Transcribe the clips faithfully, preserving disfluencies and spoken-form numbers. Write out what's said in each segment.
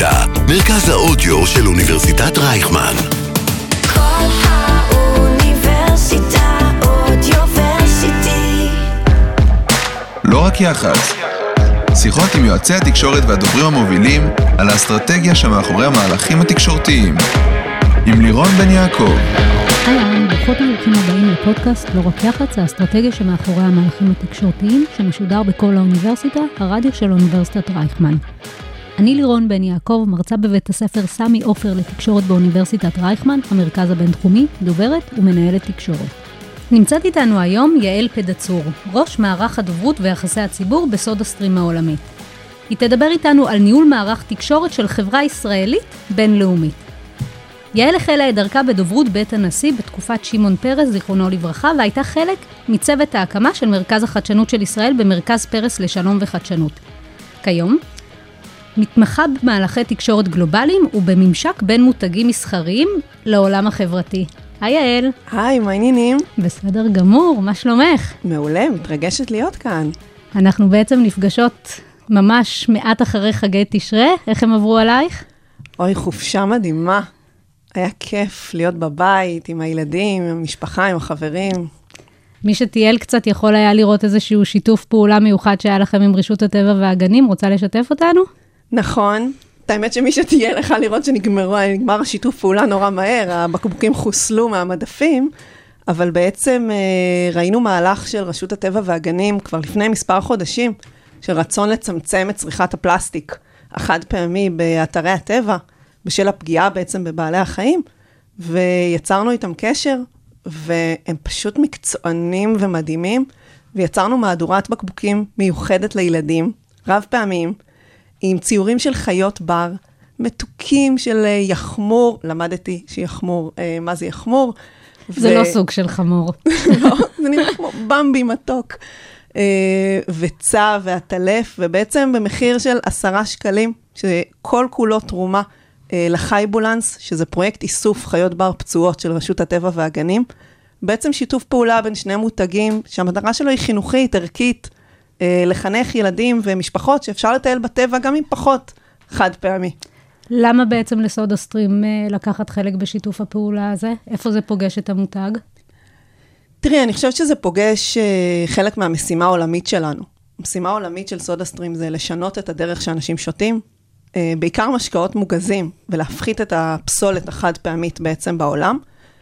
האוניברסיטה, מרכז האודיו של אוניברסיטת רייכמן. כל האוניברסיטה אודיוורסיטי. לא רק יח"צ, שיחות עם יועצי התקשורת והדוברים המובילים על האסטרטגיה שמאחורי המהלכים התקשורתיים. עם לירון בן יעקב. היי, ברוכות וברוכים הבאים לפודקאסט לא רק יח"צ, האסטרטגיה שמאחורי המהלכים התקשורתיים, שמשודר בכל האוניברסיטה, הרדיו של אוניברסיטת רייכמן. אני לירון בן יעקב, מרצה בבית הספר סמי עופר לתקשורת באוניברסיטת רייכמן, המרכז הבינתחומי, דוברת ומנהלת תקשורת. נמצאת איתנו היום יעל פדצור, ראש מערך הדוברות ויחסי הציבור בסודה סטרים העולמית. היא תדבר איתנו על ניהול מערך תקשורת של חברה ישראלית בינלאומית. יעל החלה את דרכה בדוברות בית הנשיא בתקופת שמעון פרס, זיכרונו לברכה, והייתה חלק מצוות ההקמה של מרכז החדשנות של ישראל במרכז פרס לשלום וחדשנות. כיום, מתמחה במהלכי תקשורת גלובליים ובממשק בין מותגים מסחריים לעולם החברתי. היי יעל. היי, מה העניינים? בסדר גמור, מה שלומך? מעולה, מתרגשת להיות כאן. אנחנו בעצם נפגשות ממש מעט אחרי חגי תשרי, איך הם עברו עלייך? אוי, חופשה מדהימה. היה כיף להיות בבית, עם הילדים, עם המשפחה, עם החברים. מי שטייל קצת יכול היה לראות איזשהו שיתוף פעולה מיוחד שהיה לכם עם רשות הטבע והגנים, רוצה לשתף אותנו? נכון. האמת שמי שטייל לך לראות שנגמר השיתוף פעולה נורא מהר, הבקבוקים חוסלו מהמדפים, אבל בעצם ראינו מהלך של רשות הטבע והגנים כבר לפני מספר חודשים, של רצון לצמצם את צריכת הפלסטיק החד פעמי באתרי הטבע, בשל הפגיעה בעצם בבעלי החיים, ויצרנו איתם קשר, והם פשוט מקצוענים ומדהימים, ויצרנו מהדורת בקבוקים מיוחדת לילדים, רב פעמים, עם ציורים של חיות בר, מתוקים של יחמור, למדתי שיחמור, מה זה יחמור? זה ו... לא סוג של חמור. לא, זה נראה כמו במבי מתוק. וצע והטלף, ובעצם במחיר של עשרה שקלים, שכל כולו תרומה, לחייבולנס, שזה פרויקט איסוף חיות בר פצועות של רשות הטבע והגנים, בעצם שיתוף פעולה בין שני מותגים, שהמטרה שלו היא חינוכית, ערכית, לחנך ילדים ומשפחות שאפשר לטייל בטבע גם עם פחות חד פעמי. למה בעצם לסודה סטרים לקחת חלק בשיתוף הפעולה הזה? איפה זה פוגש את המותג? תראי, אני חושבת שזה פוגש חלק מהמשימה העולמית שלנו. המשימה העולמית של סודה סטרים זה לשנות את הדרך שאנשים שותים, בעיקר משקאות מוגזים, ולהפחית את הפסולת החד פעמית בעצם בעולם.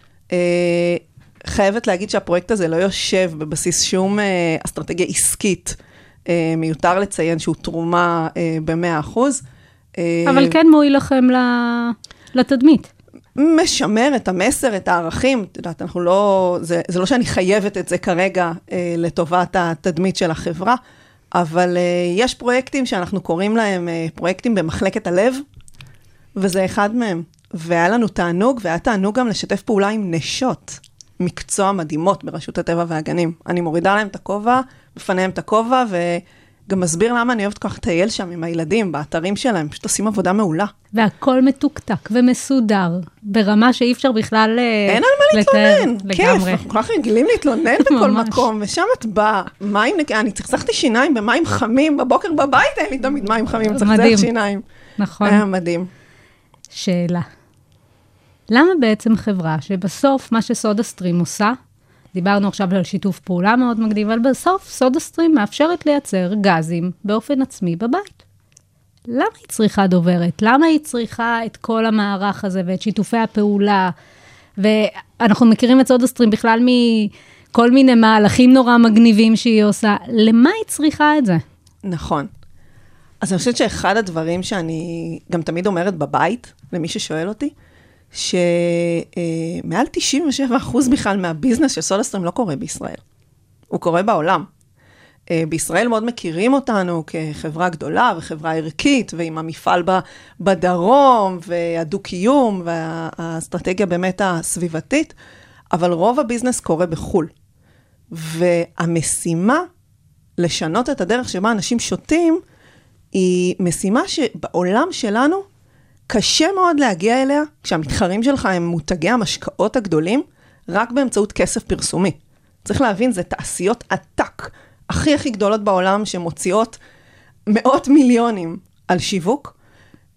חייבת להגיד שהפרויקט הזה לא יושב בבסיס שום אסטרטגיה עסקית, מיותר לציין שהוא תרומה ב-מאה אחוז. אבל כן מועיל לכם לתדמית. משמר את המסר, את הערכים, את יודעת, אנחנו לא, זה, זה לא שאני חייבת את זה כרגע לטובת התדמית של החברה, אבל uh, יש פרויקטים שאנחנו קוראים להם uh, פרויקטים במחלקת הלב, וזה אחד מהם. והיה לנו תענוג, והיה תענוג גם לשתף פעולה עם נשות מקצוע מדהימות ברשות הטבע והגנים. אני מורידה להם את הכובע, בפניהם את הכובע, וגם מסביר למה אני אוהבת כל כך לטייל שם עם הילדים, באתרים שלהם, פשוט עושים עבודה מעולה. והכל מתוקתק ומסודר, ברמה שאי אפשר בכלל אין על מה להתלונן, כיף, אנחנו כל כך רגילים להתלונן בכל מקום, ושם את באה, מים, אני צחצחתי שיניים במים חמים, בבוקר בבית אין לי תמיד מים חמים, צחצח שיניים. נכון. היה מדהים. שאלה. למה בעצם חברה שבסוף מה שסודה סטרים עושה, דיברנו עכשיו על שיתוף פעולה מאוד מגניב, אבל בסוף סודה סטרים מאפשרת לייצר גזים באופן עצמי בבית. למה היא צריכה דוברת? למה היא צריכה את כל המערך הזה ואת שיתופי הפעולה? ואנחנו מכירים את סודה סטרים בכלל מכל מיני מהלכים נורא מגניבים שהיא עושה. למה היא צריכה את זה? נכון. אז אני חושבת שאחד הדברים שאני גם תמיד אומרת בבית, למי ששואל אותי, שמעל תשעים ושבע אחוז בכלל מהביזנס של סודה סטרים לא קורה בישראל. הוא קורה בעולם. בישראל מאוד מכירים אותנו כחברה גדולה וחברה ערכית, ועם המפעל בדרום והדו-קיום והאסטרטגיה באמת הסביבתית, אבל רוב הביזנס קורה בחול. והמשימה לשנות את הדרך שבה אנשים שותים, היא משימה שבעולם שלנו קשה מאוד להגיע אליה, כשהמתחרים שלך הם מותגי המשקאות הגדולים, רק באמצעות כסף פרסומי. צריך להבין, זה תעשיות עתק, הכי הכי גדולות בעולם, שמוציאות מאות מיליונים על שיווק,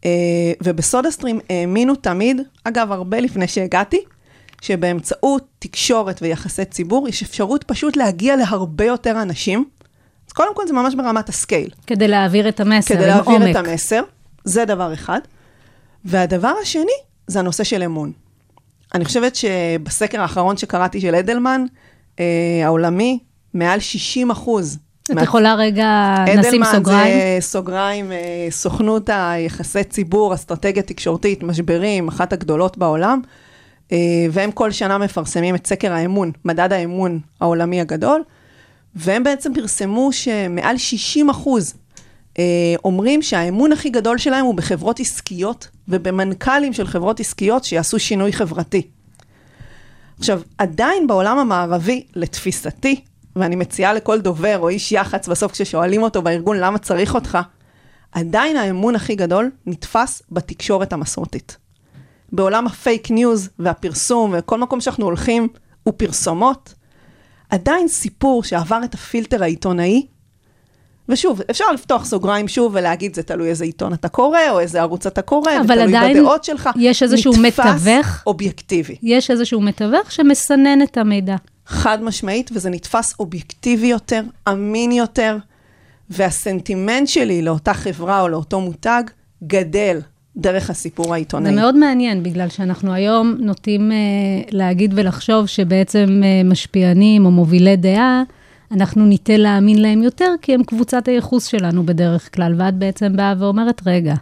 ובסודה סטרים האמינו תמיד, אגב, הרבה לפני שהגעתי, שבאמצעות תקשורת ויחסי ציבור, יש אפשרות פשוט להגיע להרבה יותר אנשים. אז קודם כל זה ממש ברמת הסקייל. כדי להעביר את המסר, כדי עם עומק. להעביר את המסר, זה דבר אחד. והדבר השני, זה הנושא של אמון. אני חושבת שבסקר האחרון שקראתי של אדלמן, אה, העולמי, מעל שישים אחוז. את מה... יכולה רגע נשים סוגריים? אדלמן זה סוגריים, אה, סוכנות היחסי ציבור, אסטרטגיה תקשורתית, משברים, אחת הגדולות בעולם, אה, והם כל שנה מפרסמים את סקר האמון, מדד האמון העולמי הגדול, והם בעצם פרסמו שמעל שישים אחוז אה, אומרים שהאמון הכי גדול שלהם הוא בחברות עסקיות, ובמנכ"לים של חברות עסקיות שיעשו שינוי חברתי. עכשיו, עדיין בעולם המערבי, לתפיסתי, ואני מציעה לכל דובר או איש יח"צ בסוף כששואלים אותו בארגון למה צריך אותך, עדיין האמון הכי גדול נתפס בתקשורת המסורתית. בעולם הפייק ניוז והפרסום וכל מקום שאנחנו הולכים הוא פרסומות, עדיין סיפור שעבר את הפילטר העיתונאי, ושוב, אפשר לפתוח סוגריים שוב ולהגיד, זה תלוי איזה עיתון אתה קורא, או איזה ערוץ אתה קורא, אבל עדיין בדעות שלך, יש איזשהו מתווך, אובייקטיבי. יש איזשהו מתווך שמסנן את המידע. חד משמעית, וזה נתפס אובייקטיבי יותר, אמין יותר, והסנטימנט שלי לאותה חברה או לאותו מותג גדל דרך הסיפור העיתונאי. זה מאוד מעניין, בגלל שאנחנו היום נוטים אה, להגיד ולחשוב שבעצם אה, משפיענים או מובילי דעה, אנחנו ניתן להאמין להם יותר, כי הם קבוצת הייחוס שלנו בדרך כלל, ואת בעצם באה ואומרת, רגע.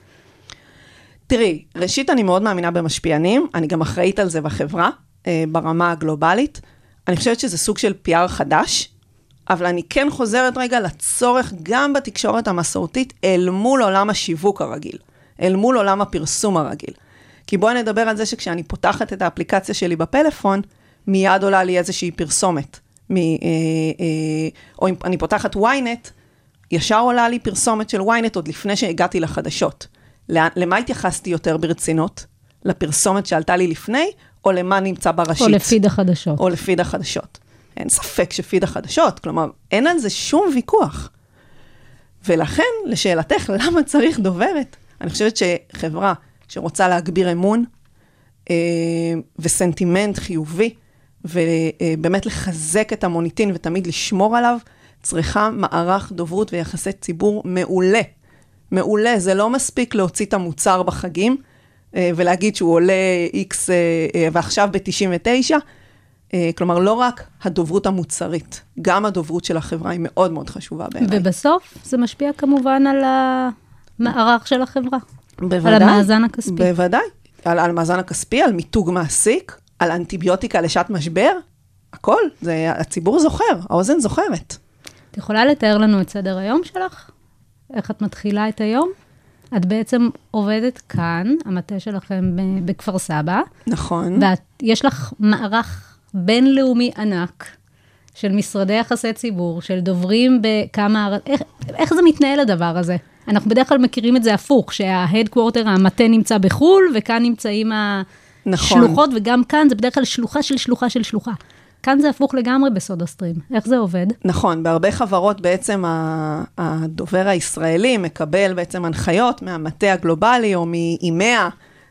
תראי, ראשית אני מאוד מאמינה במשפיענים, אני גם אחראית על זה בחברה, אה, ברמה הגלובלית. אני חושבת שזה סוג של פי אר חדש, אבל אני כן חוזרת רגע לצורך גם בתקשורת המסורתית, אל מול עולם השיווק הרגיל, אל מול עולם הפרסום הרגיל. כי בואי נדבר על זה שכשאני פותחת את האפליקציה שלי בפלאפון, מיד עולה לי איזושהי פרסומת. מ, אה, אה, או אם אני פותחת וויינט, ישר עולה לי פרסומת של וויינט עוד לפני שהגעתי לחדשות. למה התייחסתי יותר ברצינות? לפרסומת שעלתה לי לפני, או למה נמצא בראשית? או לפיד החדשות. או לפיד החדשות. אין ספק שפיד החדשות, כלומר, אין על זה שום ויכוח. ולכן, לשאלתך, למה צריך דוברת? אני חושבת שחברה שרוצה להגביר אמון, אה, וסנטימנט חיובי, ובאמת לחזק את המוניטין ותמיד לשמור עליו, צריכה מערך דוברות ויחסי ציבור מעולה. מעולה, זה לא מספיק להוציא את המוצר בחגים, ולהגיד שהוא עולה X ועכשיו ב-תשעים ותשע, כלומר לא רק הדוברות המוצרית, גם הדוברות של החברה היא מאוד מאוד חשובה בעיניי. ובסוף זה משפיע כמובן על המערך של החברה. בוודאי. על המאזן הכספי. בוודאי. על, על המאזן הכספי, על מיתוג מעסיק, על אנטיביוטיקה לשעת משבר, הכל, זה, הציבור זוכר, האוזן זוכרת. את יכולה לתאר לנו את סדר היום שלך? איך את מתחילה את היום? את בעצם עובדת כאן, המטה שלכם בכפר סבא. נכון. ויש לך מערך בינלאומי ענק של משרדי יחסי ציבור, של דוברים בכמה... איך, איך זה מתנהל הדבר הזה? אנחנו בדרך כלל מכירים את זה הפוך, שההדקוורטר, המטה נמצא בחול, וכאן נמצאים השלוחות, נכון. וגם כאן זה בדרך כלל שלוחה של שלוחה של שלוחה. כאן זה הפוך לגמרי בסודה סטרים. איך זה עובד? נכון, בהרבה חברות בעצם הדובר הישראלי מקבל בעצם הנחיות מהמטה הגלובלי או מאימיה,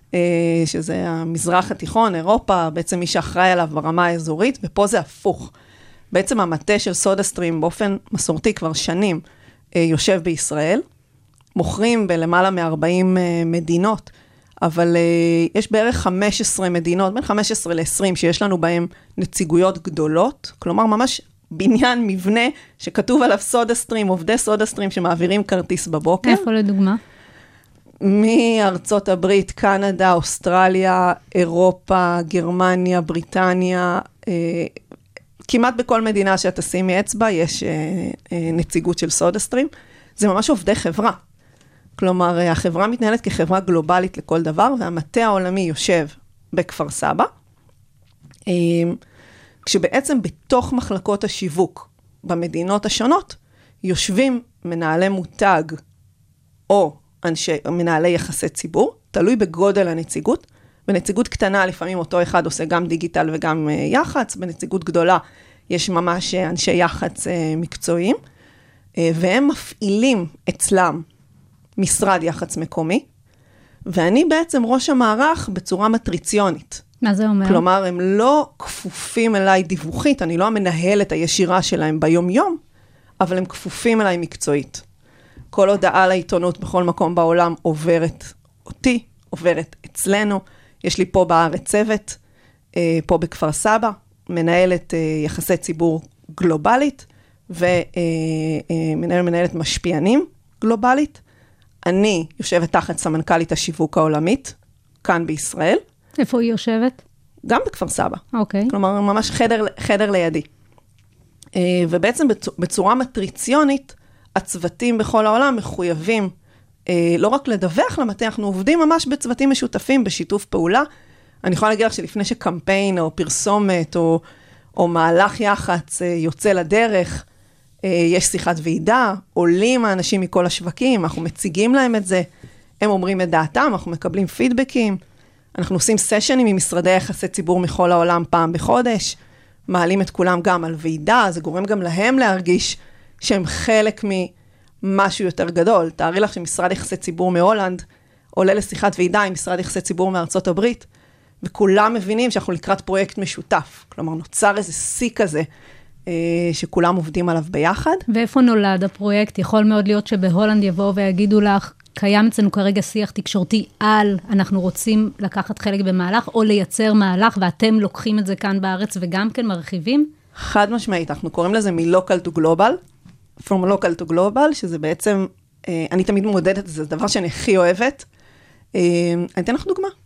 שזה המזרח התיכון, אירופה, בעצם מי שאחראי עליו ברמה האזורית, ופה זה הפוך. בעצם המטה של סודה סטרים באופן מסורתי כבר שנים יושב בישראל, מוכרים בלמעלה מ-ארבעים מדינות, אבל uh, יש בערך חמש עשרה מדינות, בין חמש עשרה ל-עשרים, שיש לנו בהם נציגויות גדולות, כלומר ממש בניין מבנה שכתוב עליו סודה סטרים, עובדי סודה סטרים שמעבירים כרטיס בבוקר. איפה לדוגמה? מארצות הברית, קנדה, אוסטרליה, אירופה, גרמניה, בריטניה, uh, כמעט בכל מדינה שאתה שימי אצבע, יש uh, uh, נציגות של סודה סטרים. זה ממש עובדי חברה. כלומר, החברה מתנהלת כחברה גלובלית לכל דבר, והמטה העולמי יושב בכפר סבא, כשבעצם בתוך מחלקות השיווק במדינות השונות, יושבים מנהלי מותג או אנשי, מנהלי יחסי ציבור, תלוי בגודל הנציגות. בנציגות קטנה לפעמים אותו אחד עושה גם דיגיטל וגם יח"צ, בנציגות גדולה יש ממש אנשי יח"צ מקצועיים, והם מפעילים אצלם משרד יח"צ מקומי, ואני בעצם ראש המערך בצורה מטריציונית. מה זה אומר? כלומר, הם לא כפופים אליי דיווחית, אני לא המנהלת הישירה שלהם ביום-יום, אבל הם כפופים אליי מקצועית. כל הודעה לעיתונות בכל מקום בעולם עוברת אותי, עוברת אצלנו. יש לי פה בארץ צוות, פה בכפר סבא, מנהלת יחסי ציבור גלובלית, ומנהלת מנהלת משפיענים גלובלית. אני יושבת תחת סמנכ"לית השיווק העולמית, כאן בישראל. איפה היא יושבת? גם בכפר סבא. אוקיי. כלומר, ממש חדר, חדר לידי. ובעצם בצורה מטריציונית, הצוותים בכל העולם מחויבים לא רק לדווח למטה, אנחנו עובדים ממש בצוותים משותפים, בשיתוף פעולה. אני יכולה להגיד לך שלפני שקמפיין או פרסומת או, או מהלך יח"צ יוצא לדרך, יש שיחת ועידה, עולים האנשים מכל השווקים, אנחנו מציגים להם את זה, הם אומרים את דעתם, אנחנו מקבלים פידבקים, אנחנו עושים סשנים עם משרדי יחסי ציבור מכל העולם פעם בחודש, מעלים את כולם גם על ועידה, זה גורם גם להם להרגיש שהם חלק ממשהו יותר גדול. תארי לך שמשרד יחסי ציבור מהולנד עולה לשיחת ועידה עם משרד יחסי ציבור מארצות הברית, וכולם מבינים שאנחנו לקראת פרויקט משותף. כלומר, נוצר איזה שיא כזה, שכולם עובדים עליו ביחד. ואיפה נולד הפרויקט? יכול מאוד להיות שבהולנד יבואו ויגידו לך, קיים אצלנו כרגע שיח תקשורתי על, אנחנו רוצים לקחת חלק במהלך, או לייצר מהלך, ואתם לוקחים את זה כאן בארץ וגם כן מרחיבים? חד משמעית, אנחנו קוראים לזה מ-local to global, from local to global, שזה בעצם, אני תמיד מודדת, זה דבר שאני הכי אוהבת. אני אתן לך דוגמה.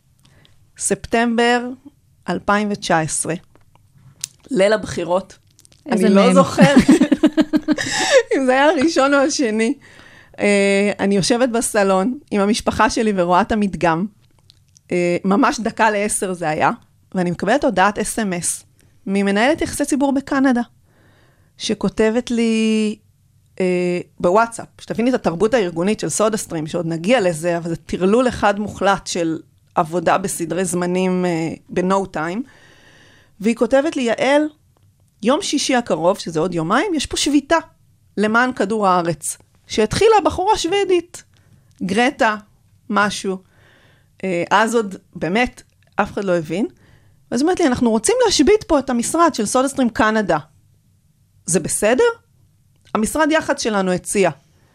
ספטמבר אלפיים תשע עשרה, ליל הבחירות, אני לא זוכר אם זה היה הראשון או השני. אני יושבת בסלון עם המשפחה שלי ורואה את המדגם, ממש דקה לעשר זה היה, ואני מקבלת הודעת אס אם אס ממנהלת יחסי ציבור בקנדה, שכותבת לי בוואטסאפ, שתביני את התרבות הארגונית של סודה סטרים, שעוד נגיע לזה, אבל זה תרלול אחד מוחלט של עבודה בסדרי זמנים ב-no time, והיא כותבת לי, יעל, יום שישי הקרוב, שזה עוד יומיים, יש פה שביתה למען כדור הארץ, שהתחילה בחורה שוודית, גרטה, משהו. אז עוד באמת, אף אחד לא הבין. ואז אומרת לי, אנחנו רוצים להשבית פה את המשרד של סודה סטרים קנדה. זה בסדר? המשרד יחד שלנו הציע.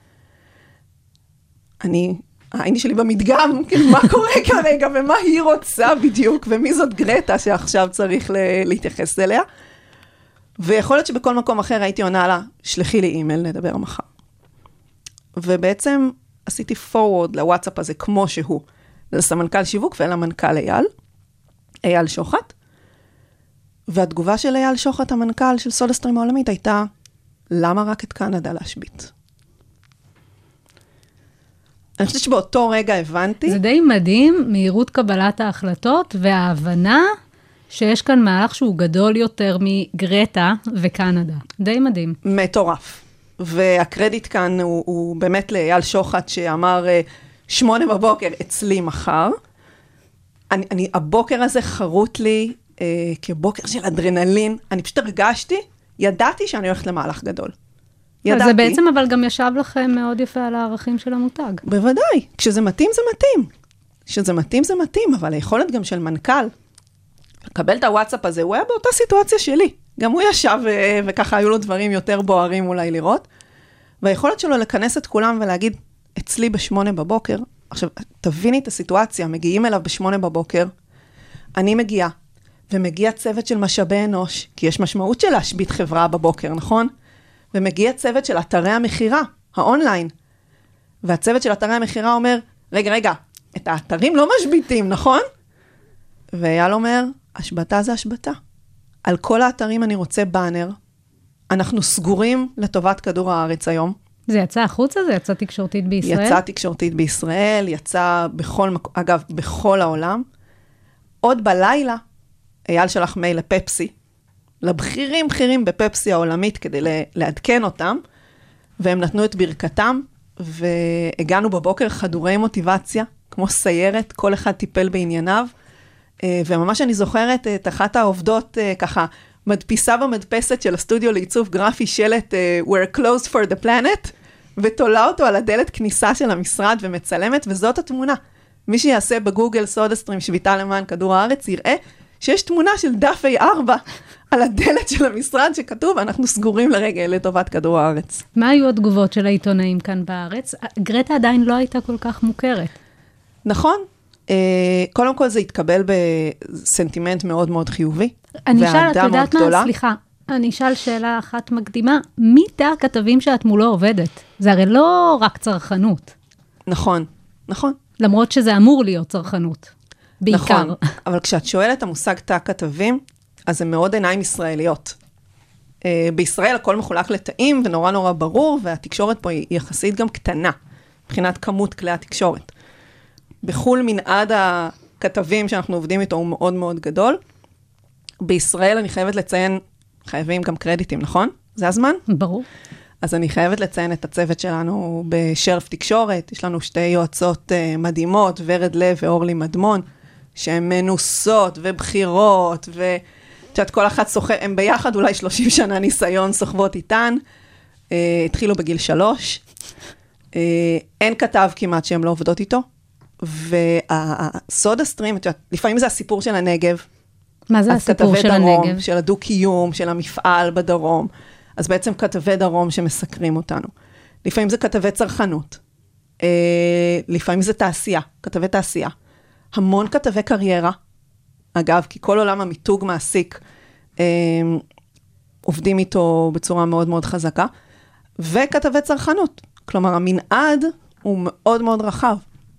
אני, העיני שלי במדגם, כאילו, מה קורה כרגע, ומה היא רוצה בדיוק, ומי זאת גרטה שעכשיו צריך להתייחס אליה. ויכול להיות שבכל מקום אחר הייתי עונה לה, שלחי לי אימייל, נדבר מחר. ובעצם עשיתי forward לוואטסאפ הזה כמו שהוא, לסמנכ"ל שיווק ולמנכ"ל אייל, אייל שוחט, והתגובה של אייל שוחט, המנכ"ל של סודה סטרים העולמית, הייתה, למה רק את קנדה להשבית? אני חושבת שבאותו רגע הבנתי. זה די מדהים, מהירות קבלת ההחלטות וההבנה שיש כאן מהלך שהוא גדול יותר מגרטה וקנדה. די מדהים. מטורף. והקרדיט כאן הוא, הוא באמת לאייל שוחט שאמר שמונה בבוקר אצלי מחר. אני, אני, הבוקר הזה חרוט לי אה, כבוקר של אדרנלין. אני פשוט הרגשתי, ידעתי שאני הולכת למהלך גדול. ידעתי. זה בעצם אבל גם ישב לכם מאוד יפה על הערכים של המותג. בוודאי. כשזה מתאים זה מתאים. כשזה מתאים זה מתאים, אבל היכולת גם של מנכ"ל, לקבל את הוואטסאפ הזה, הוא היה באותה סיטואציה שלי. גם הוא ישב ו- וככה היו לו דברים יותר בוערים אולי לראות. והיכולת שלו לכנס את כולם ולהגיד, אצלי בשמונה בבוקר, עכשיו תביני את הסיטואציה, מגיעים אליו בשמונה בבוקר, אני מגיעה, ומגיע צוות של משאבי אנוש, כי יש משמעות של להשבית חברה בבוקר, נכון? ומגיע צוות של אתרי המחירה, האונליין. והצוות של אתרי המחירה אומר, רגע, רגע, את האתרים לא משביתים, נכון? ואייל אומר, השבתה זה השבתה. על כל האתרים אני רוצה באנר. אנחנו סגורים לטובת כדור הארץ היום. זה יצא החוצה? זה יצא תקשורתית בישראל? יצא תקשורתית בישראל, יצא בכל, אגב, בכל העולם. עוד בלילה, אייל שלח מייל לפפסי, לבחירים בחירים בפפסי העולמית כדי לעדכן אותם, והם נתנו את ברכתם, והגענו בבוקר חדורי מוטיבציה, כמו סיירת, כל אחד טיפל בענייניו, וממש אני זוכרת את אחת העובדות ככה, מדפיסה במדפסת של הסטודיו לעיצוב גרפי שלט We're closed for the planet, ותולה אותו על הדלת כניסה של המשרד ומצלמת, וזאת התמונה. מי שיעשה בגוגל סודה סטרים שביתה למען כדור הארץ, יראה שיש תמונה של דף איי ארבע על הדלת של המשרד שכתוב, אנחנו סגורים לרגע לטובת כדור הארץ. מה היו התגובות של העיתונאים כאן בארץ? גרטה עדיין לא הייתה כל כך מוכרת. נכון. קודם כל זה התקבל בסנטימנט מאוד מאוד חיובי. אני אשאל, את יודעת מה? סליחה. אני אשאל שאלה אחת מקדימה. מי תא הכתבים שאת מולו עובדת? זה הרי לא רק צרכנות. נכון, נכון. למרות שזה אמור להיות צרכנות. בעיקר. נכון, אבל כשאת שואלת המושג תא כתבים, אז זה מאוד עיניים ישראליות. בישראל הכל מחולק לתאים, ונורא נורא ברור, והתקשורת פה היא יחסית גם קטנה, מבחינת כמות כלי התקשורת. בחול מנעד הכתבים שאנחנו עובדים איתו הוא מאוד מאוד גדול. בישראל אני חייבת לציין, חייבים גם קרדיטים, נכון? זה הזמן? ברור. אז אני חייבת לציין את הצוות שלנו בשרף תקשורת, יש לנו שתי יועצות מדהימות, ורד לב ואורלי מדמון, שהן מנוסות ובחירות, ושאת כל אחת סוחב, הם ביחד אולי שלושים שנה ניסיון סוחבות איתן, התחילו בגיל שלוש, אין כתב כמעט שהן לא עובדות איתו, והסודה סטרים, לפעמים זה הסיפור של הנגב, מה זה הסיפור של דרום, הנגב? של הדו-קיום, של המפעל בדרום, אז בעצם כתבי דרום שמסקרים אותנו. לפעמים זה כתבי צרכנות, לפעמים זה תעשייה, כתבי תעשייה. המון כתבי קריירה, אגב, כי כל עולם המיתוג מעסיק, עובדים איתו בצורה מאוד מאוד חזקה, וכתבי צרכנות. כלומר, המנעד הוא מאוד מאוד רחב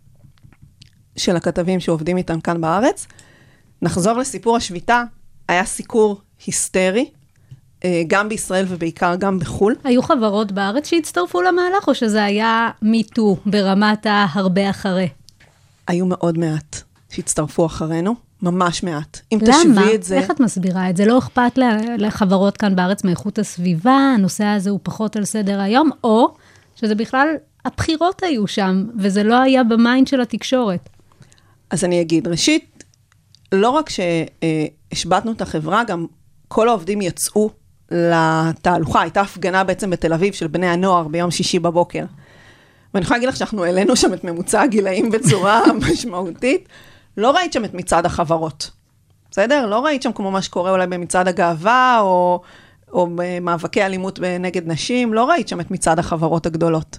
של הכתבים שעובדים איתן כאן בארץ. נחזור לסיפור השביתה, היה סיקור היסטרי, גם בישראל ובעיקר גם בחול. היו חברות בארץ שהצטרפו למהלך, או שזה היה מיטו ברמת הרבה אחרי? היו מאוד מעט שהצטרפו אחרינו, ממש מעט. אם למה? תשווי את זה... איך את מסבירה את זה? לא אכפת לחברות כאן בארץ מאיכות הסביבה, הנושא הזה הוא פחות על סדר היום, או שזה בכלל, הבחירות היו שם, וזה לא היה במיינד של התקשורת. אז אני אגיד, ראשית, לא רק שהשבטנו את החברה, גם כל העובדים יצאו לתהלוכה, הייתה הפגנה בעצם בתל אביב של בני הנוער ביום שישי בבוקר. ואני יכולה להגיד לך שאנחנו העלינו שם את ממוצע הגילאים בצורה משמעותית, לא ראית שם את מצעד החברות, בסדר? לא ראית שם כמו מה שקורה אולי במצעד הגאווה, או, או במאבקי אלימות נגד נשים, לא ראית שם את מצעד החברות הגדולות.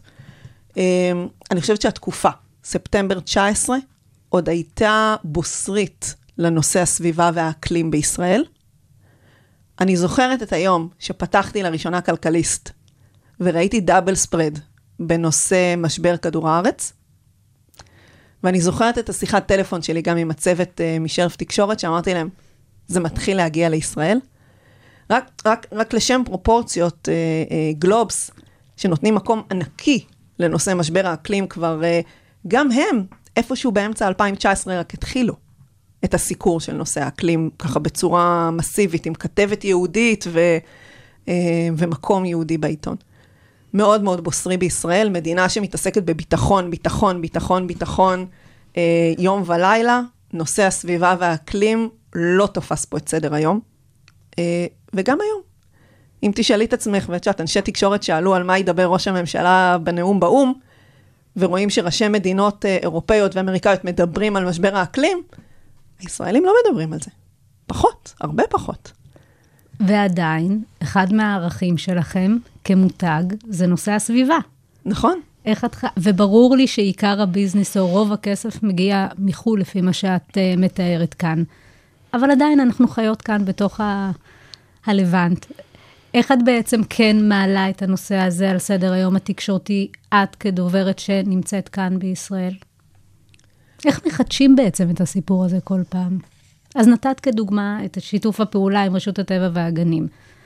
אני חושבת שהתקופה, ספטמבר תשע עשרה, עוד הייתה בוסרית לנושא הסביבה והאקלים בישראל. אני זוכרת את היום שפתחתי לראשונה כלכליסט, וראיתי דאבל ספרד בנושא משבר כדור הארץ, ואני זוכרת את השיחת טלפון שלי גם עם הצוות uh, משרף תקשורת, שאמרתי להם, זה מתחיל להגיע לישראל. רק, רק, רק לשם פרופורציות, uh, uh, גלובס, שנותנים מקום ענקי לנושא משבר האקלים, כבר uh, גם הם, איפשהו באמצע אלפיים תשע עשרה, רק התחילו את הסיקור של נושא האקלים, ככה בצורה מסיבית, עם כתבת יהודית ו, uh, ומקום יהודי בעיתון. מאוד מאוד בוסרי בישראל, מדינה שמתעסקת בביטחון, ביטחון, ביטחון, ביטחון, אה, יום ולילה, נושא הסביבה והאקלים לא תופס פה את סדר היום. אה, וגם היום, אם תשאלי את עצמך, ואת שאת, אנשי תקשורת שאלו על מה ידבר ראש הממשלה בנאום באום, ורואים שראשי מדינות אה, אירופאיות ואמריקאיות מדברים על משבר האקלים, הישראלים לא מדברים על זה. פחות, הרבה פחות. ועדיין, אחד מהערכים שלכם כמותג, זה נושא הסביבה. נכון. איך את... וברור לי שעיקר הביזנס או רוב הכסף מגיע מחול לפי מה שאת uh, מתארת כאן. אבל עדיין אנחנו חיות כאן בתוך ה... הלבנט. איך את בעצם כן מעלה את הנושא הזה על סדר היום התקשורתי, את כדוברת שנמצאת כאן בישראל? איך מחדשים בעצם את הסיפור הזה כל פעם? אז נתת כדוגמה את שיתוף הפעולה עם רשות הטבע והגנים.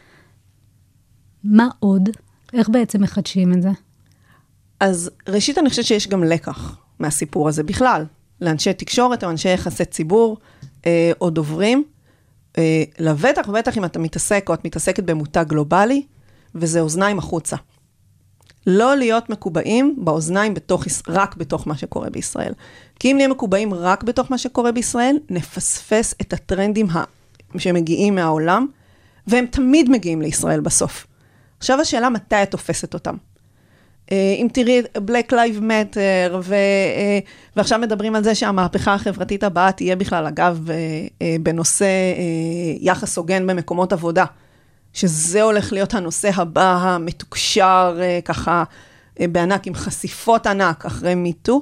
מה עוד? איך בעצם מחדשים את זה? אז ראשית אני חושבת שיש גם לקח מהסיפור הזה בכלל, לאנשי תקשורת או אנשי יחסי ציבור אה, או דוברים, אה, לבטח ובטח אם אתה מתעסק או את מתעסקת במותג גלובלי, וזה אוזניים החוצה. לא להיות מקובעים באוזניים בתוך, רק בתוך מה שקורה בישראל. כי אם נהיה מקובעים רק בתוך מה שקורה בישראל, נפספס את הטרנדים שמגיעים מהעולם, והם תמיד מגיעים לישראל בסוף. עכשיו השאלה מתי את תופסת אותם. אם תראי Black Lives Matter, ו, ועכשיו מדברים על זה שהמהפכה החברתית הבאה תהיה בכלל, אגב, בנושא יחס הוגן במקומות עבודה, שזה הולך להיות הנושא הבא המתוקשר, ככה בענק, עם חשיפות ענק אחרי מיטו.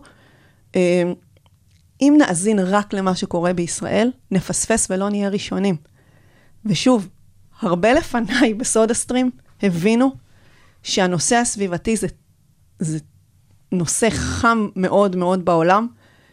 אם נאזין רק למה שקורה בישראל, נפספס ולא נהיה ראשונים. ושוב, הרבה לפניי בסודה סטרים הבינו שהנושא הסביבתי זה, זה נושא חם מאוד מאוד בעולם,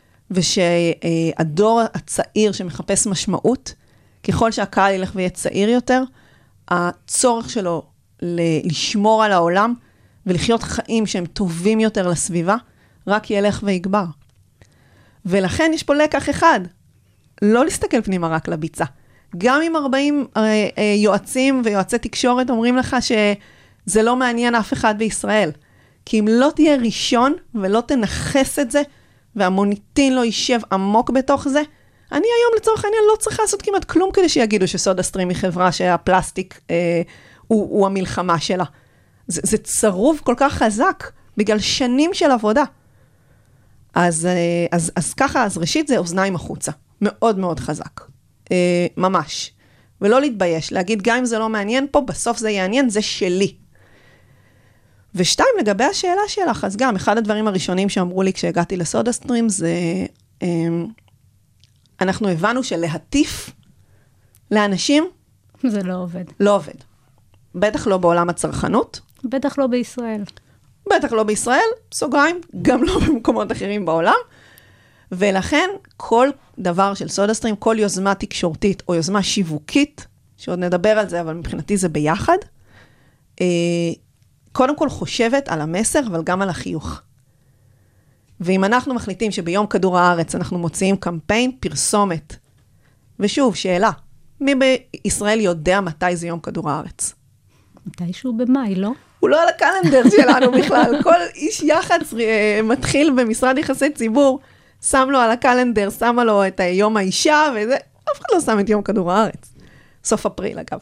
ושהדור הצעיר שמחפש משמעות, ככל שהקהל ילך ויהיה צעיר יותר, הצורך שלו לשמור על העולם ולחיות חיים שהם טובים יותר לסביבה, רק ילך ויגבר. ולכן יש פה לקח אחד, לא להסתכל פנימה רק לביצה. גם אם ארבעים יועצים ויועצי תקשורת אומרים לך שזה לא מעניין אף אחד בישראל. כי אם לא תהיה ראשון ולא תנחס את זה, והמוניטין לא יישב עמוק בתוך זה, אני היום לצורך העניין לא צריכה לעשות כמעט כלום כדי שיגידו שסודה סטרים היא חברה שהפלסטיק אה, הוא, הוא המלחמה שלה. זה, זה צרוב כל כך חזק בגלל שנים של עבודה. אז, אה, אז, אז ככה, אז ראשית זה אוזניים החוצה. מאוד מאוד חזק. אה, ממש. ולא להתבייש. להגיד גם אם זה לא מעניין פה, בסוף זה יעניין, זה שלי. ושתיים, לגבי השאלה שלך, אז גם אחד הדברים הראשונים שאמרו לי כשהגעתי לסודה סטרים זה... אה, אנחנו הבנו שלהטיף לאנשים... זה לא עובד. לא עובד. בטח לא בעולם הצרכנות. בטח לא בישראל. בטח לא בישראל, סוגריים, גם לא במקומות אחרים בעולם. ולכן כל דבר של סודה סטרים, כל יוזמה תקשורתית או יוזמה שיווקית, שעוד נדבר על זה, אבל מבחינתי זה ביחד, קודם כל חושבת על המסר, אבל גם על החיוך. ואם אנחנו מחליטים שביום כדור הארץ אנחנו מוציאים קמפיין, פרסומת. ושוב, שאלה, מי בישראל יודע מתי זה יום כדור הארץ? מתישהו במאי, לא? הוא לא על הקלנדר שלנו בכלל. כל איש יח"צ מתחיל במשרד יחסי ציבור, שם לו על הקלנדר, שמה לו את יום האישה, וזה, אף אחד לא שם את יום כדור הארץ. סוף אפריל, אגב.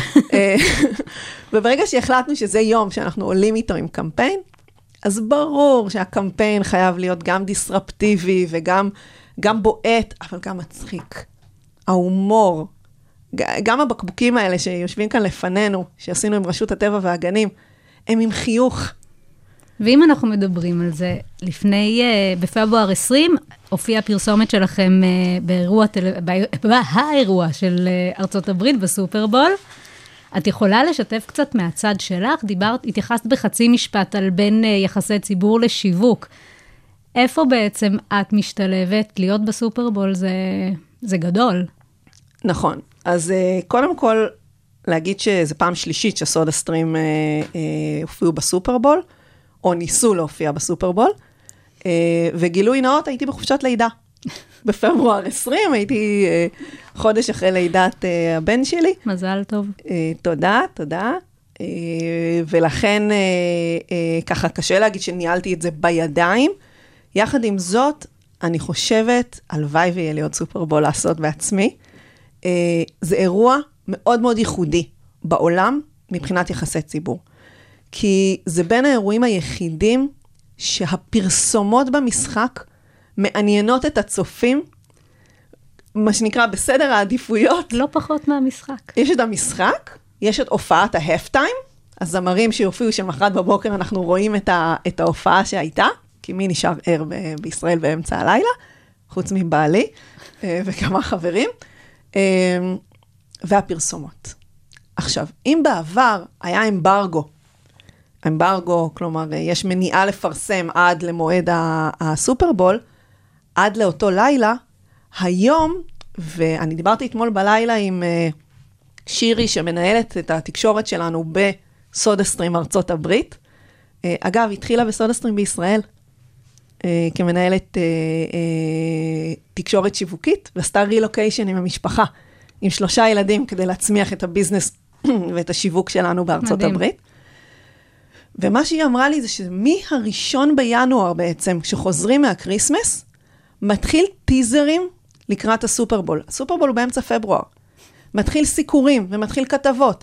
וברגע שהחלטנו שזה יום שאנחנו עולים איתו עם קמפיין, אז ברור שהקמפיין חייב להיות גם דיסרפטיבי וגם גם בועט, אבל גם מצחיק. ההומור, גם הבקבוקים האלה שיושבים כאן לפנינו, שעשינו עם רשות הטבע והגנים, הם עם חיוך. ואם אנחנו מדברים על זה, לפני, בפברואר עשרים, הופיעה פרסומת שלכם באירוע, באירוע של ארצות הברית בסופרבול. את יכולה לשתף קצת מהצד שלך? דיברת, התייחסת בחצי משפט על בין יחסי ציבור לשיווק. איפה בעצם את משתלבת? להיות בסופרבול זה, זה גדול. נכון. אז קודם כל, להגיד שזה פעם שלישית שסודה סטרים אה, אה, הופיעו בסופרבול, או ניסו להופיע בסופרבול, אה, וגילוי נאות, הייתי בחופשת לידה. בפברואר עשרים, הייתי אה, חודש אחרי לידת אה, הבן שלי. מזל טוב. אה, תודה, תודה. אה, ולכן, אה, אה, ככה קשה להגיד שניהלתי את זה בידיים. יחד עם זאת, אני חושבת, הלוואי ויהיה לי עוד סופרבול לעשות בעצמי. אה, זה אירוע מאוד מאוד ייחודי בעולם, מבחינת יחסי ציבור. כי זה בין האירועים היחידים שהפרסומות במשחק מעניינות את הצופים, מה שנקרא בסדר העדיפויות. לא פחות מהמשחק. יש את המשחק, יש את הופעת ההפטיים, הזמרים שיופיעו שמחרת בבוקר אנחנו רואים את, ה, את ההופעה שהייתה, כי מי נשאר ער ב- בישראל באמצע הלילה, חוץ מבעלי וכמה חברים, והפרסומות. עכשיו, אם בעבר היה אמברגו, אמברגו, כלומר, יש מניעה לפרסם עד למועד הסופרבול, עד לאותו לילה, היום, ואני דיברתי אתמול בלילה עם שירי, שמנהלת את התקשורת שלנו בסודה סטרים ארצות הברית. אגב, התחילה בסודה סטרים בישראל, כמנהלת תקשורת שיווקית, ועשתה רילוקיישן עם המשפחה, עם שלושה ילדים, כדי להצמיח את הביזנס ואת השיווק שלנו בארצות מדהים. הברית. ומה שהיא אמרה לי זה שמי הראשון בינואר בעצם, כשחוזרים מהקריסמס, מתחיל טיזרים לקראת הסופרבול. הסופרבול הוא באמצע פברואר. מתחיל סיקורים ומתחיל כתבות.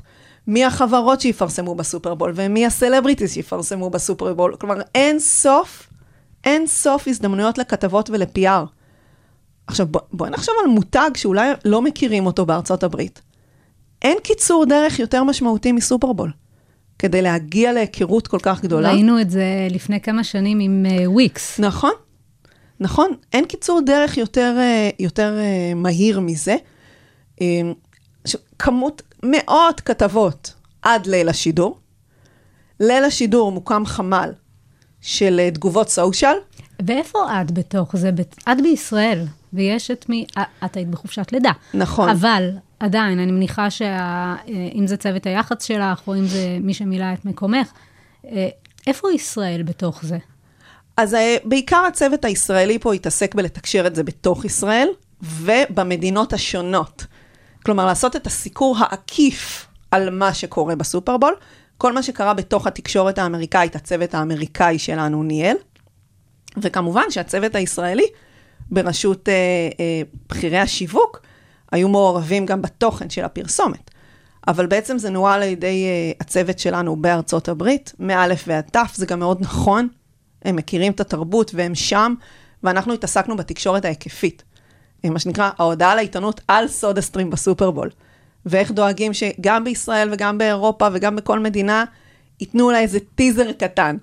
מי החברות שיפרסמו בסופרבול, ומי הסלבריטיז שיפרסמו בסופרבול. כלומר, אין סוף, אין סוף הזדמנויות לכתבות ול-פי אר. עכשיו, בוא, בואי נחשוב על מותג שאולי לא מכירים אותו בארצות הברית. אין קיצור דרך יותר משמעותי מסופרבול, כדי להגיע להיכרות כל כך גדולה. ראינו את זה לפני כמה שנים עם וויקס. Uh, נכון, נכון. אין קיצור דרך יותר, יותר uh, מהיר מזה. Uh, כמות מאות כתבות עד ליל השידור. ליל השידור מוקם חמ"ל של uh, תגובות סושיאל. ואיפה את בתוך זה? את בישראל, ויש את מי... את היית בחופשת לידה. נכון. אבל עדיין, אני מניחה שאם זה צוות היח"צ שלך, או אם זה מי שמילא את מקומך, איפה ישראל בתוך זה? אז בעיקר הצוות הישראלי פה יתעסק בלתקשר את זה בתוך ישראל, ובמדינות השונות. כלומר, לעשות את הסיקור העקיף על מה שקורה בסופרבול. כל מה שקרה בתוך התקשורת האמריקאית, הצוות האמריקאי שלנו ניהל. וכמובן שהצוות הישראלי, בראשות אה, אה, בחירי השיווק, היו מעורבים גם בתוכן של הפרסומת. אבל בעצם זה נועל על ידי אה, הצוות שלנו בארצות הברית, מאלף ועד תף, זה גם מאוד נכון. הם מכירים את התרבות והם שם, ואנחנו התעסקנו בתקשורת ההיקפית. מה שנקרא, ההודעה לעיתונות על סודה סטרים בסופרבול. ואיך דואגים שגם בישראל וגם באירופה וגם בכל מדינה, ייתנו לה איזה טיזר קטן.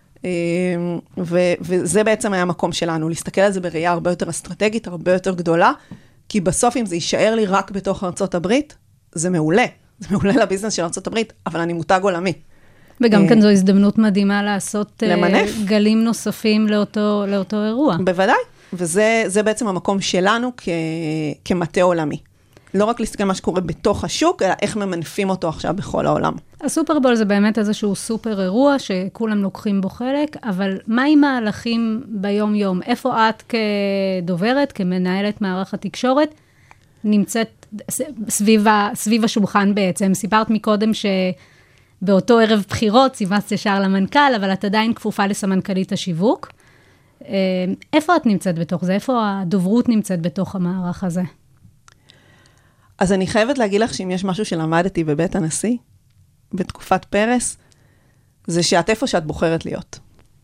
ו- וזה בעצם היה המקום שלנו, להסתכל על זה בראייה הרבה יותר אסטרטגית, הרבה יותר גדולה, כי בסוף אם זה יישאר לי רק בתוך ארצות הברית, זה מעולה. זה מעולה לביזנס של ארצות הברית, אבל אני מותג עולמי. וגם כאן זו הזדמנות מדהימה לעשות למנף. גלים נוספים לאותו, לאותו אירוע. בוודאי, וזה זה בעצם המקום שלנו כ- כמטה עולמי. לא רק להסתכל מה שקורה בתוך השוק, אלא איך ממנפים אותו עכשיו בכל העולם. הסופרבול זה באמת איזשהו סופר אירוע שכולם לוקחים בו חלק, אבל מה עם מהלכים ביום-יום? איפה את כדוברת, כמנהלת מערך התקשורת, נמצאת סביב, סביב השולחן בעצם? סיפרת מקודם שבאותו ערב בחירות, סיבצת ישר למנכ"ל, אבל את עדיין כפופה לסמנכ"לית השיווק. איפה את נמצאת בתוך זה? איפה הדוברות נמצאת בתוך המערך הזה? אז אני חייבת להגיד לך שאם יש משהו שלמדתי בבית הנשיא, בתקופת פרס, זה שאת איפה שאת בוחרת להיות.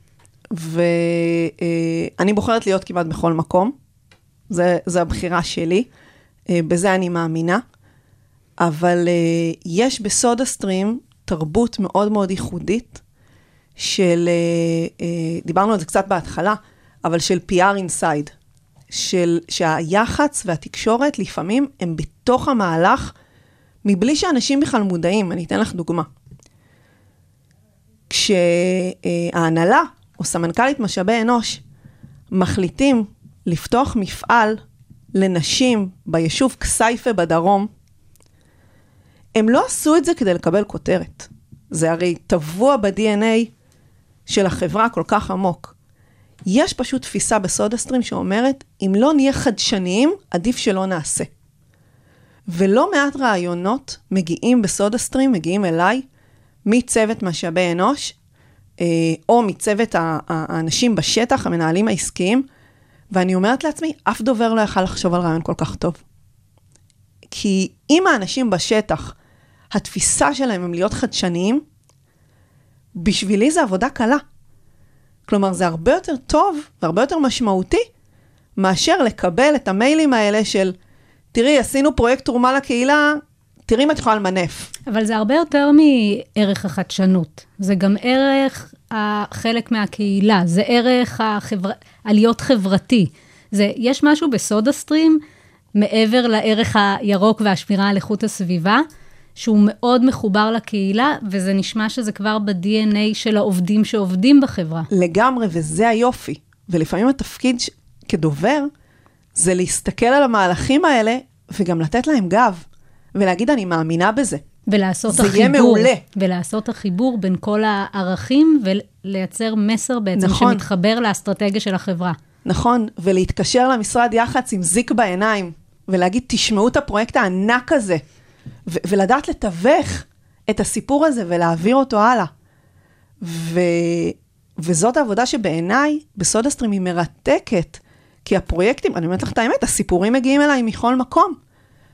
ואני בוחרת להיות כמעט בכל מקום. זה, זה הבחירה שלי. בזה אני מאמינה. אבל יש בסודה סטרים תרבות מאוד מאוד ייחודית, של, דיברנו על זה קצת בהתחלה, אבל של פי אר inside. של, שהיח"צ והתקשורת לפעמים הם בתוך המהלך, מבלי שאנשים בכלל מודעים. אני אתן לך דוגמה. כשההנהלה או סמנכ"לית משאבי אנוש מחליטים לפתוח מפעל לנשים ביישוב כסייפה בדרום, הם לא עשו את זה כדי לקבל כותרת. זה הרי טבוע ב-די אן איי של החברה כל כך עמוק. יש פשוט תפיסה בסודה סטרים שאומרת, אם לא נהיה חדשניים, עדיף שלא נעשה. ולא מעט רעיונות מגיעים בסודה סטרים, מגיעים אליי, מצוות משאבי אנוש, או מצוות האנשים בשטח, המנהלים העסקיים, ואני אומרת לעצמי, אף דובר לא יכל לחשוב על רעיון כל כך טוב. כי אם האנשים בשטח, התפיסה שלהם הם להיות חדשניים, בשבילי זה עבודה קלה. כלומר, זה הרבה יותר טוב והרבה יותר משמעותי, מאשר לקבל את המיילים האלה של, תראי, עשינו פרויקט תרומה לקהילה, תראי מה את יכולה למנף. אבל זה הרבה יותר מערך החדשנות. זה גם ערך החלק מהקהילה, זה ערך החבר... עליות חברתי. זה, יש משהו בסודה סטרים, מעבר לערך הירוק והשמירה על איכות הסביבה, שהוא מאוד מחובר לקהילה, וזה נשמע שזה כבר ב-די אן איי של העובדים שעובדים בחברה. לגמרי, וזה היופי. ולפעמים התפקיד ש... כדובר, זה להסתכל על המהלכים האלה, וגם לתת להם גב, ולהגיד, אני מאמינה בזה. ולעשות זה החיבור. יהיה מעולה. ולעשות החיבור בין כל הערכים, ולייצר מסר בעצם נכון. שמתחבר לאסטרטגיה של החברה. נכון, ולהתקשר למשרד יח"צ עם זיק בעיניים, ולהגיד, תשמעו את הפרויקט הענק הזה, ו- ולדעת לתווך את הסיפור הזה, ולהעביר אותו הלאה. ו- וזאת העבודה שבעיניי, בסודה סטרים היא מרתקת, כי הפרויקטים, אני אומרת לך את האמת, הסיפורים מגיעים אליי מכל מקום.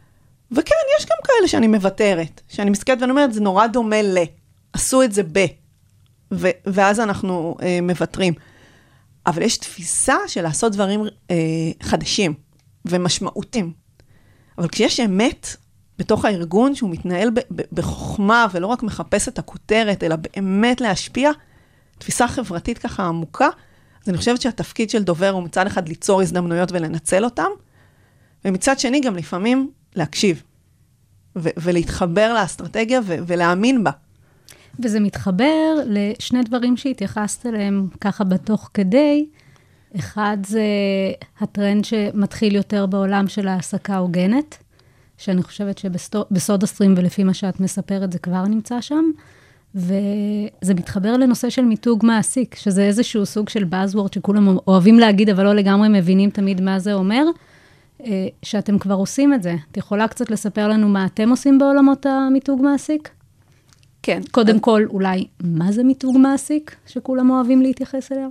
וכן, יש גם כאלה שאני מוותרת, שאני מסתכלת ואני אומרת, זה נורא דומה ל, עשו את זה ב, ו- ואז אנחנו אה, מוותרים. אבל יש תפיסה של לעשות דברים אה, חדשים ומשמעותיים. אבל כשיש אמת בתוך הארגון, שהוא מתנהל ב- ב- בחוכמה, ולא רק מחפש את הכותרת, אלא באמת להשפיע, תפיסה חברתית ככה עמוקה, אז אני חושבת שהתפקיד של דובר הוא מצד אחד ליצור הזדמנויות ולנצל אותם, ומצד שני גם לפעמים להקשיב, ו- ולהתחבר לאסטרטגיה ו- ולהאמין בה. וזה מתחבר לשני דברים שהתייחסת אליהם ככה בתוך כדי. אחד זה הטרנד שמתחיל יותר בעולם של העסקה הוגנת, שאני חושבת שבסודה סטרים ולפי מה שאת מספרת זה כבר נמצא שם, וזה מתחבר לנושא של מיתוג מעסיק, שזה איזשהו סוג של buzzword שכולם אוהבים להגיד, אבל לא לגמרי מבינים תמיד מה זה אומר, שאתם כבר עושים את זה. את יכולה קצת לספר לנו מה אתם עושים בעולמות המיתוג מעסיק? כן. קודם כל, אולי, מה זה מיתוג מעסיק שכולם אוהבים להתייחס אליו?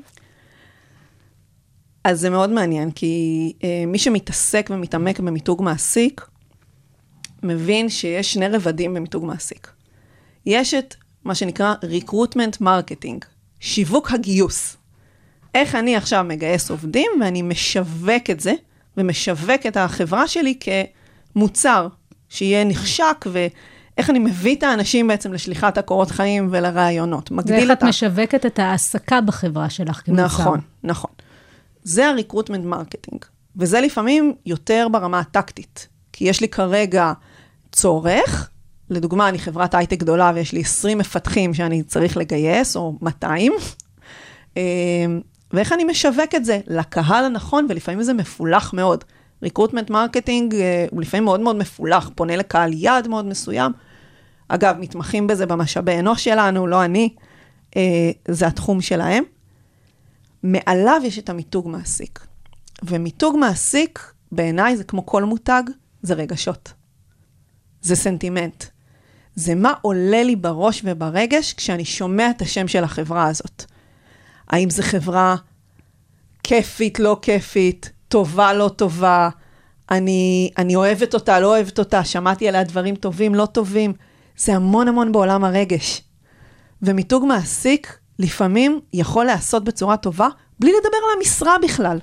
אז זה מאוד מעניין, כי אה, מי שמתעסק ומתעמק במיתוג מעסיק, מבין שיש שני רבדים במיתוג מעסיק. יש את מה שנקרא recruitment marketing, שיווק הגיוס. איך אני עכשיו מגייס עובדים, ואני משווק את זה, ומשווק את החברה שלי כמוצר, שיהיה נחשק, ואיך אני מביא את האנשים בעצם לשליחת הקורות חיים ולרעיונות. ואיך את משווקת את העסקה בחברה שלך כמוצר. נכון, נכון. זה ה-recruitment marketing, וזה לפעמים יותר ברמה הטקטית, כי יש לי כרגע צורך, לדוגמה, אני חברת הייטק גדולה, ויש לי עשרים מפתחים שאני צריך לגייס, או מאתיים, ואיך אני משווק את זה לקהל הנכון, ולפעמים זה מפולח מאוד. recruitment marketing הוא לפעמים מאוד מאוד מפולח, פונה לקהל יעד מאוד מסוים. אגב, מתמחים בזה במשאבי אנוש שלנו, לא אני, זה התחום שלהם. מעליו יש את המיתוג מעסיק. ומיתוג מעסיק, בעיניי זה כמו כל מותג, זה רגשות. זה סנטימנט. זה מה עולה לי בראש וברגש כשאני שומע את השם של החברה הזאת. האם זו חברה כיפית, לא כיפית, טובה, לא טובה, אני, אני אוהבת אותה, לא אוהבת אותה, שמעתי עליה דברים טובים, לא טובים. זה המון המון בעולם הרגש. ומיתוג מעסיק לפעמים יכול לעשות בצורה טובה, בלי לדבר על המשרה בכלל.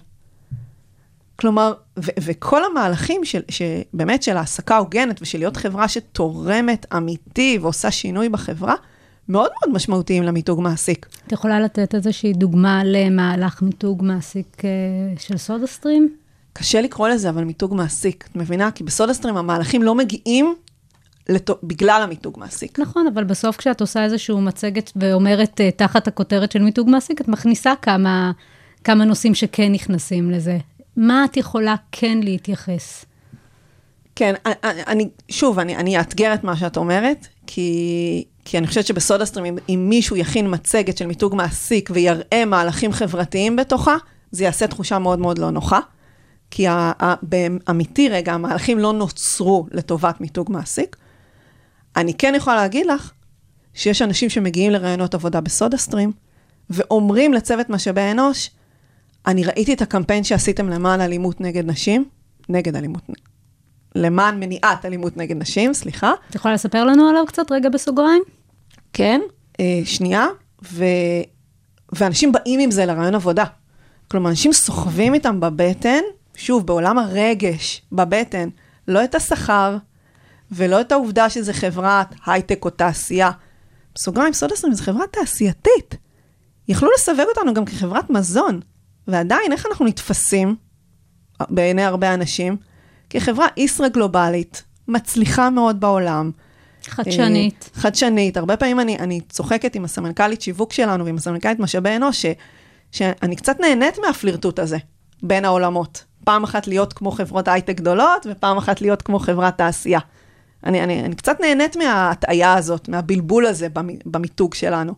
כלומר, ו- וכל המהלכים של, שבאמת של העסקה הוגנת, ושל להיות חברה שתורמת אמיתי, ועושה שינוי בחברה, מאוד מאוד משמעותיים למיתוג מעסיק. את יכולה לתת איזושהי דוגמה למהלך מיתוג מעסיק של סודה סטרים? קשה לקרוא לזה, אבל מיתוג מעסיק. את מבינה? כי בסודה סטרים המהלכים לא מגיעים לת... בגלל המיתוג מעסיק. נכון, אבל בסוף כשאת עושה איזשהו מצגת ואומרת תחת הכותרת של מיתוג מעסיק, את מכניסה כמה, כמה נושאים שכן נכנסים לזה. מה את יכולה כן להתייחס? כן, אני, שוב, אני, אני אאתגר את מה שאת אומרת, כי, כי אני חושבת שבסודה סטרים, אם, אם מישהו יכין מצגת של מיתוג מעסיק ויראה מהלכים חברתיים בתוכה, זה יעשה תחושה מאוד מאוד לא נוחה, כי באמיתי רגע, המהלכים לא נוצרו לטובת מיתוג מעסיק. אני כן יכולה להגיד לך, שיש אנשים שמגיעים לרעיונות עבודה בסודה סטרים, ואומרים לצוות משאבי אנוש, אני ראיתי את הקמפיין שעשיתם למען אלימות נגד נשים, נגד אלימות, למען מניעת אלימות נגד נשים, סליחה. את יכולה לספר לנו עליו קצת רגע בסוגריים? כן, שנייה, ו... ואנשים באים עם זה לרעיון עבודה. כלומר, אנשים סוחבים איתם בבטן, שוב, בעולם הרגש, בבטן, לא את השכר, ולא את העובדה שזה חברת הייטק או תעשייה. בסוגריים, סודה סטרים זה חברה תעשייתית. יכלו לסווג אותנו גם כחברת מזון, ועדיין, איך אנחנו נתפסים בעיני הרבה אנשים? כחברה ישרא גלובלית, מצליחה מאוד בעולם. חדשנית. חדשנית. הרבה פעמים אני, אני צוחקת עם הסמנכ"לית שיווק שלנו, ועם הסמנכ"לית משאבי אנוש, ש, שאני קצת נהנית מהפלירטוט הזה, בין העולמות. פעם אחת להיות כמו חברות הייטק גדולות, ופעם אחת להיות כמו חברת תעשייה. אני, אני, אני קצת נהנית מההטעיה הזאת, מהבלבול הזה במיתוג שלנו.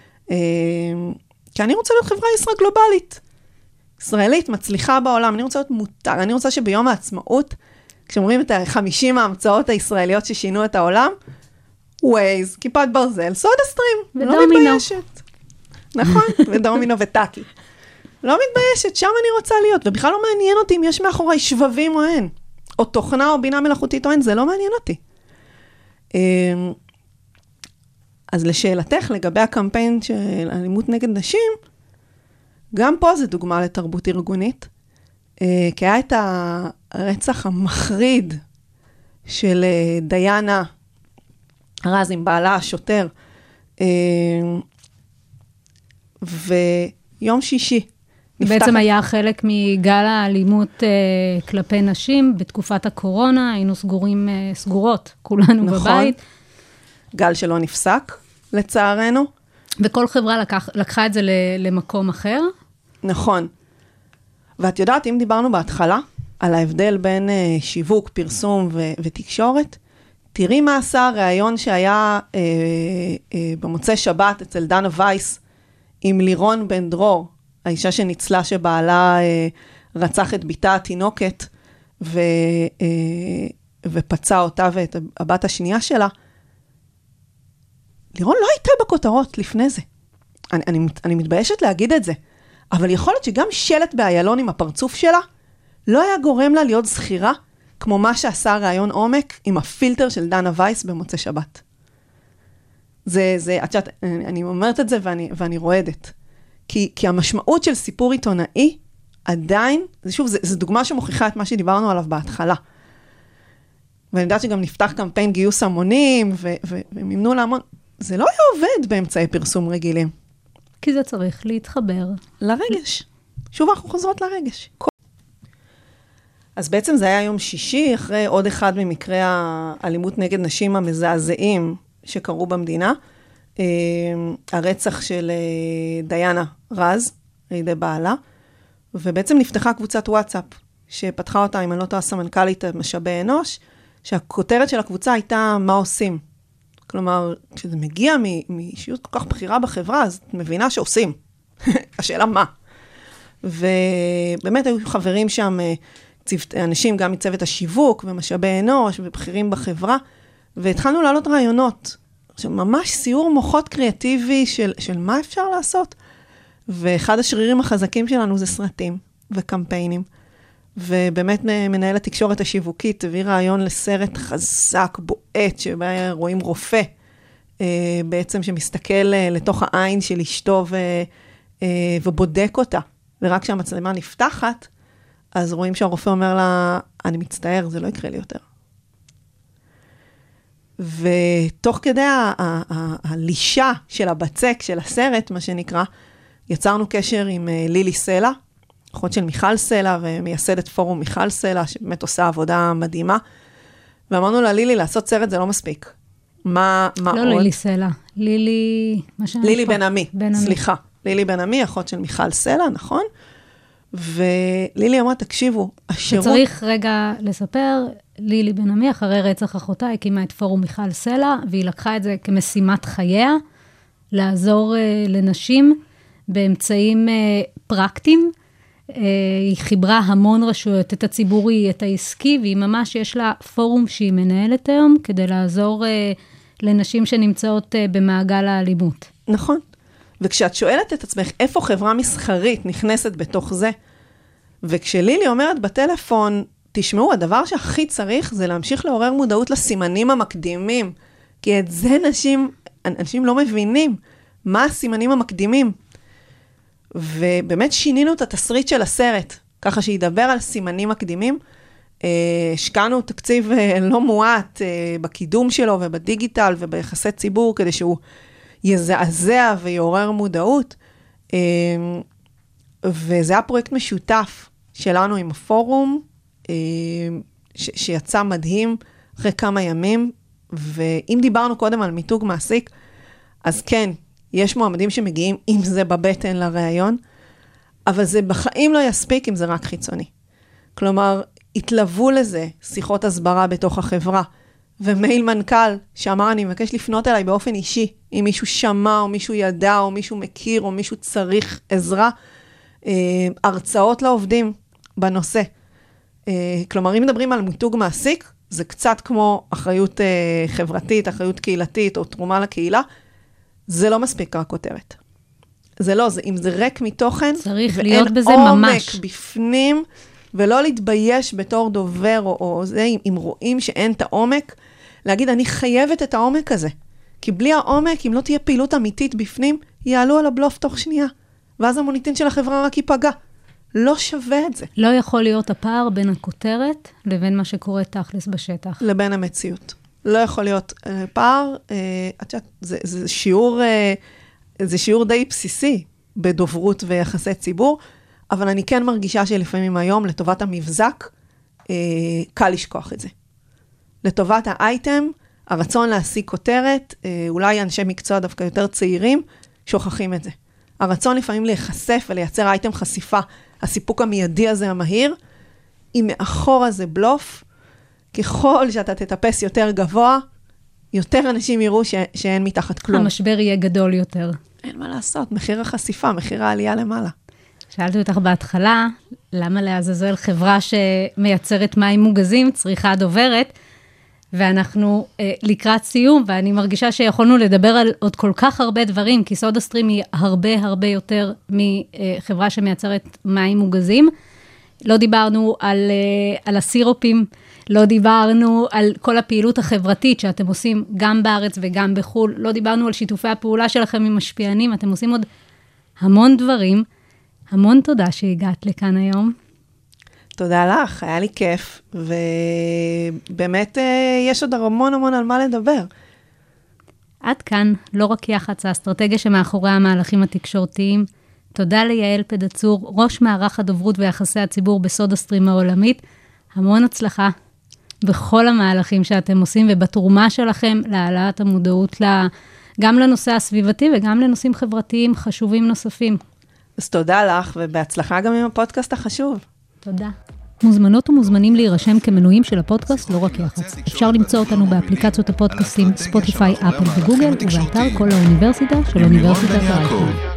כי אני רוצה להיות חברה ישרא גלובלית. ישראלית, מצליחה בעולם, אני רוצה להיות מותג, אני רוצה שביום העצמאות, כשאומרים את ה-חמישים ההמצאות הישראליות ששינו את העולם, ווייז, כיפת ברזל, סודה סטרים, לא מתביישת. נכון, ודומינו וטאקי. לא מתביישת, שם אני רוצה להיות, ובכלל לא מעניין אותי אם יש מאחורי שבבים או אין. או תוכנה או בינה מלאכותית או אין, זה לא מעניין אותי. אז לשאלתך, לגבי הקמפיין של אלימות נגד נשים, גם פה זה דוגמה לתרבות ארגונית, כי היה את הרצח המחריד של דיינה רז עם בעלה השוטר, ויום שישי נפתח... בעצם היה חלק מגל האלימות כלפי נשים בתקופת הקורונה, היינו סגורים, סגורות, כולנו נכון. בבית. גל שלא נפסק, לצערנו. וכל חברה לקח, לקחה את זה למקום אחר. נכון. ואת יודעת, אם דיברנו בהתחלה על ההבדל בין uh, שיווק, פרסום ו- ותקשורת, תראי מה עשה הרעיון שהיה uh, uh, במוצאי שבת אצל דנה וייס עם לירון בן דרור, האישה שניצלה שבעלה uh, רצח את ביתה התינוקת ו- uh, ופצע אותה ואת הבת השנייה שלה. לירון לא הייתה בכותרות לפני זה. אני, אני, אני מתביישת להגיד את זה. אבל יכול להיות שגם שלט באיילון עם הפרצוף שלה, לא היה גורם לה להיות זכירה, כמו מה שעשה רעיון עומק עם הפילטר של דנה וייס במוצאי שבת. זה, זה, את יודעת, אני, אני אומרת את זה ואני, ואני רועדת. כי, כי המשמעות של סיפור עיתונאי, עדיין, זה שוב, זה, זה דוגמה שמוכיחה את מה שדיברנו עליו בהתחלה. ואני יודעת שגם נפתח קמפיין גיוס המונים, ו, ו, ומימנו להמון, זה לא היה עובד באמצעי פרסום רגילים. כי זה צריך להתחבר. לרגש. שוב אנחנו חוזרות לרגש. אז בעצם זה היה יום שישי, אחרי עוד אחד ממקרי האלימות נגד נשים המזעזעים שקרו במדינה. הרצח של דיינה רז, לידי בעלה, ובעצם נפתחה קבוצת וואטסאפ, שפתחה אותה, אם אני לא טועה, סמנכ"לית משאבי אנוש, שהכותרת של הקבוצה הייתה מה עושים. כלומר, כשזה מגיע מאישיות כל כך בחירה בחברה, אז את מבינה שעושים. השאלה מה. ובאמת היו חברים שם, צוות, אנשים גם מצוות השיווק ומשאבי אנוש ובחירים בחברה, והתחלנו לעלות רעיונות. עכשיו, ממש סיור מוחות קריאטיבי של, של מה אפשר לעשות. ואחד השרירים החזקים שלנו זה סרטים וקמפיינים. ובאמת מנהל התקשורת השיווקית הביא רעיון לסרט חזק, בועט, שבה רואים רופא, בעצם שמסתכל לתוך העין של אשתו ו, ובודק אותה. ורק כשהמצלמה נפתחת, אז רואים שהרופא אומר לה, אני מצטער, זה לא יקרה לי יותר. ותוך כדי הלישה של הבצק של הסרט, מה שנקרא, יצרנו קשר עם לילי סלע, אחות של מיכל סלע, ומייסדת פורום מיכל סלע, שבאמת עושה עבודה מדהימה. ואמרנו לה, לילי, לעשות סרט זה לא מספיק. מה, מה לא עוד? לילי סלע, לילי... לילי בן עמי, סליחה. לילי בן עמי, אחות של מיכל סלע, נכון? ולילי אמרה, תקשיבו, השירות... וצריך רגע לספר, לילי בן עמי, אחרי רצח אחותה, הקימה את פורום מיכל סלע, והיא לקחה את זה כמשימת חייה, לעזור uh, לנשים באמצעים uh, פרקטיים, היא חיברה המון רשויות, את הציבורי, את העסקי, והיא ממש יש לה פורום שהיא מנהלת היום, כדי לעזור לנשים שנמצאות במעגל האלימות. נכון. וכשאת שואלת את עצמך, איפה חברה מסחרית נכנסת בתוך זה, וכשלילי אומרת בטלפון, תשמעו, הדבר שהכי צריך זה להמשיך לעורר מודעות לסימנים המקדימים, כי את זה נשים, אנשים לא מבינים, מה הסימנים המקדימים. ובאמת שינינו את התסריט של הסרט, ככה שידבר על סימנים מקדימים. השקענו תקציב לא מועט בקידום שלו ובדיגיטל וביחסי ציבור, כדי שהוא יזעזע ויעורר מודעות. וזה היה פרויקט משותף שלנו עם הפורום, שיצא מדהים אחרי כמה ימים. ואם דיברנו קודם על מיתוג מעסיק, אז כן, יש מועמדים שמגיעים עם זה בבטן לרעיון, אבל זה בחיים לא יספיק אם זה רק חיצוני. כלומר, התלוו לזה שיחות הסברה בתוך החברה, ומייל מנכ"ל שאמר, אני מבקש לפנות אליי באופן אישי, אם מישהו שמע או מישהו ידע או מישהו מכיר או מישהו צריך עזרה, הרצאות לעובדים בנושא. כלומר, אם מדברים על מיתוג מעסיק, זה קצת כמו אחריות חברתית, אחריות קהילתית או תרומה לקהילה, זה לא מספיק רק כותרת. זה לא, זה, אם זה ריק מתוכן, צריך להיות בזה ממש. עומק בפנים, ולא להתבייש בתור דובר, או, או זה, אם, אם רואים שאין את העומק, להגיד, אני חייבת את העומק הזה. כי בלי העומק, אם לא תהיה פעילות אמיתית בפנים, יעלו על הבלוף תוך שנייה. ואז המוניטין של החברה רק ייפגע. לא שווה את זה. לא יכול להיות הפער בין הכותרת לבין מה שקורה תכלס בשטח. לבין המציאות. לא יכול להיות אה, פער, אה, זה, זה, שיעור, אה, זה שיעור די בסיסי בדוברות ויחסי ציבור, אבל אני כן מרגישה שלפעמים היום, לטובת המבזק, אה, קל לשכוח את זה. לטובת האייטם, הרצון להשיג כותרת, אה, אולי אנשי מקצוע דווקא יותר צעירים, שוכחים את זה. הרצון לפעמים להיחשף ולייצר אייטם חשיפה, הסיפוק המיידי הזה המהיר, אם מאחורה זה בלוף, ככל שאתה תטפס יותר גבוה, יותר אנשים יראו ש- שאין מתחת כלום. המשבר יהיה גדול יותר. אין מה לעשות, מחיר החשיפה, מחיר העלייה למעלה. שאלתי אותך בהתחלה, למה לעזאזל חברה שמייצרת מים מוגזים, צריכה דוברת, ואנחנו אה, לקראת סיום, ואני מרגישה שיכולנו לדבר על עוד כל כך הרבה דברים, כי סודה סטרים היא הרבה הרבה יותר מחברה שמייצרת מים מוגזים. לא דיברנו על, אה, על הסירופים, לא דיברנו על כל הפעילות החברתית שאתם עושים גם בארץ וגם בחול, לא דיברנו על שיתופי הפעולה שלכם עם משפיענים, אתם עושים עוד המון דברים. המון תודה שהגעת לכאן היום. תודה לך, היה לי כיף, ובאמת יש עוד המון המון על מה לדבר. עד כאן, לא רק יח"צ, האסטרטגיה שמאחורי המהלכים התקשורתיים. תודה ליעל פדצור, ראש מערך הדוברות ויחסי הציבור בסודה סטרים העולמית. המון הצלחה בכל המהלכים שאתם עושים, ובתרומה שלכם להעלאת המודעות גם לנושא הסביבתי וגם לנושאים חברתיים חשובים נוספים. אז תודה לך, ובהצלחה גם עם הפודקאסט החשוב. תודה. מוזמנות ומוזמנים להירשם כמנויים של הפודקאסט לא רק יח"צ. אפשר למצוא אותנו באפליקציות הפודקאסטים ספוטיפיי, אפל וגוגל, ובאתר כל האוניברסיטה של אוניברסיטת רייכמן.